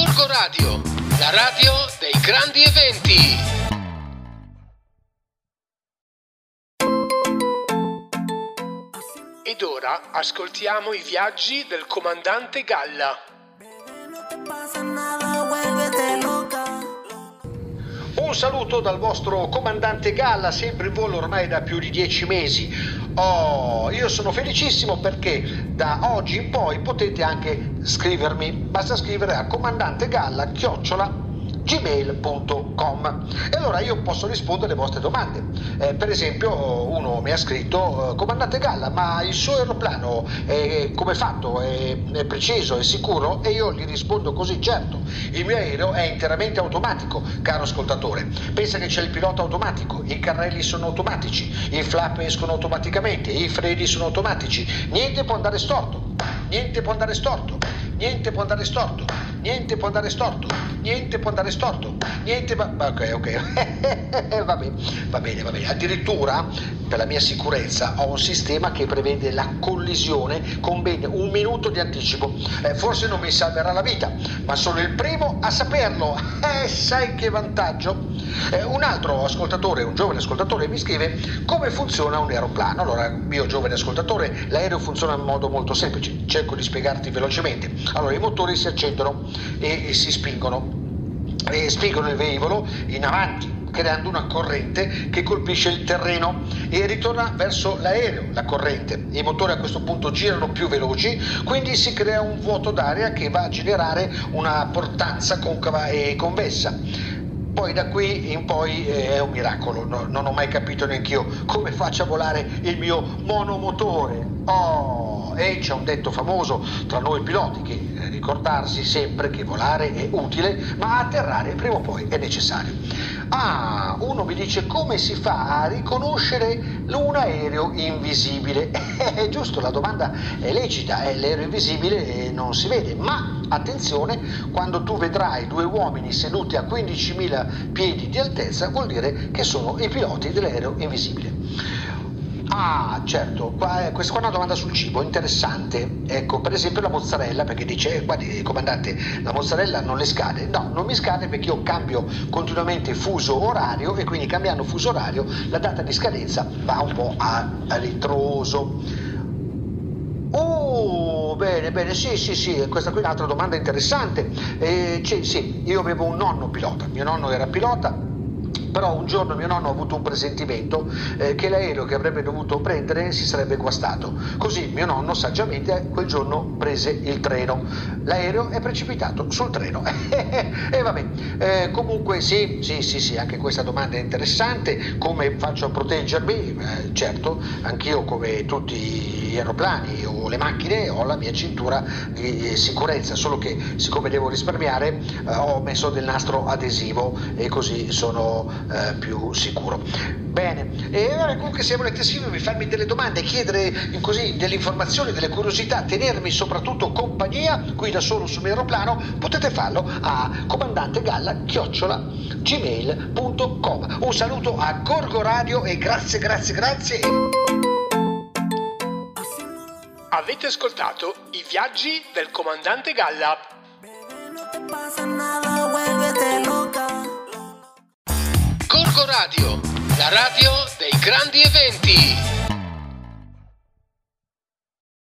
Gorgo Radio, la radio dei grandi eventi. Ed ora ascoltiamo i viaggi del comandante Galla. Un saluto dal vostro comandante Galla, sempre in volo ormai da più di 10 mesi. Io sono felicissimo perché da oggi in poi potete anche scrivermi, basta scrivere a comandantegalla@gmail.com e allora io posso rispondere alle vostre domande. Per esempio uno mi ha scritto: comandante Galla, ma il suo aeroplano come è fatto? È preciso, è sicuro? E io gli rispondo così: certo, il mio aereo è interamente automatico, caro ascoltatore. Pensa che c'è il pilota automatico, i carrelli sono automatici, i flap escono automaticamente, i freni sono automatici, niente può andare storto, niente può andare storto, niente può andare storto, niente può andare storto, niente può andare storto, niente ok. Va bene. Addirittura per la mia sicurezza ho un sistema che prevede la collisione con ben 1 minuto di anticipo. Forse non mi salverà la vita, ma sono il primo a saperlo. Sai che vantaggio? Un altro ascoltatore, un giovane ascoltatore, mi scrive: come funziona un aeroplano? Allora, mio giovane ascoltatore, l'aereo funziona in modo molto semplice, cerco di spiegarti velocemente. Allora, i motori si accendono e si spingono il velivolo in avanti, creando una corrente che colpisce il terreno e ritorna verso l'aereo la corrente. I motori a questo punto girano più veloci, quindi si crea un vuoto d'aria che va a generare una portanza concava e convessa. Poi da qui in poi è un miracolo, non ho mai capito neanch'io come faccia a volare il mio monomotore. E c'è un detto famoso tra noi piloti, che ricordarsi sempre che volare è utile, ma atterrare prima o poi è necessario. Uno mi dice: come si fa a riconoscere un aereo invisibile? È giusto, la domanda è lecita, l'aereo invisibile non si vede, ma attenzione, quando tu vedrai 2 uomini seduti a 15.000 piedi di altezza, vuol dire che sono i piloti dell'aereo invisibile. Certo, questa è una domanda sul cibo interessante. Ecco, per esempio la mozzarella, perché dice: guardi comandante, la mozzarella non le scade. No, non mi scade perché io cambio continuamente fuso orario e quindi cambiando fuso orario la data di scadenza va un po' a ritroso. Bene, sì, questa qui è un'altra domanda interessante. Sì, io avevo un nonno pilota, mio nonno era pilota. Però un giorno mio nonno ha avuto un presentimento che l'aereo che avrebbe dovuto prendere si sarebbe guastato. Così mio nonno saggiamente quel giorno prese il treno. L'aereo è precipitato sul treno. E vabbè, comunque sì, anche questa domanda è interessante. Come faccio a proteggermi? Certo, anch'io come tutti gli aeroplani o le macchine ho la mia cintura di sicurezza, solo che siccome devo risparmiare ho messo del nastro adesivo e così sono più sicuro. Bene, e allora comunque se volete scrivermi, farmi delle domande, chiedere così delle informazioni, delle curiosità, tenermi soprattutto compagnia qui da solo sul mio aeroplano, potete farlo a comandantegalla@gmail.com. Un saluto a Gorgo Radio e grazie. Avete ascoltato i viaggi del comandante Galla. Gorgo Radio, la radio dei grandi eventi.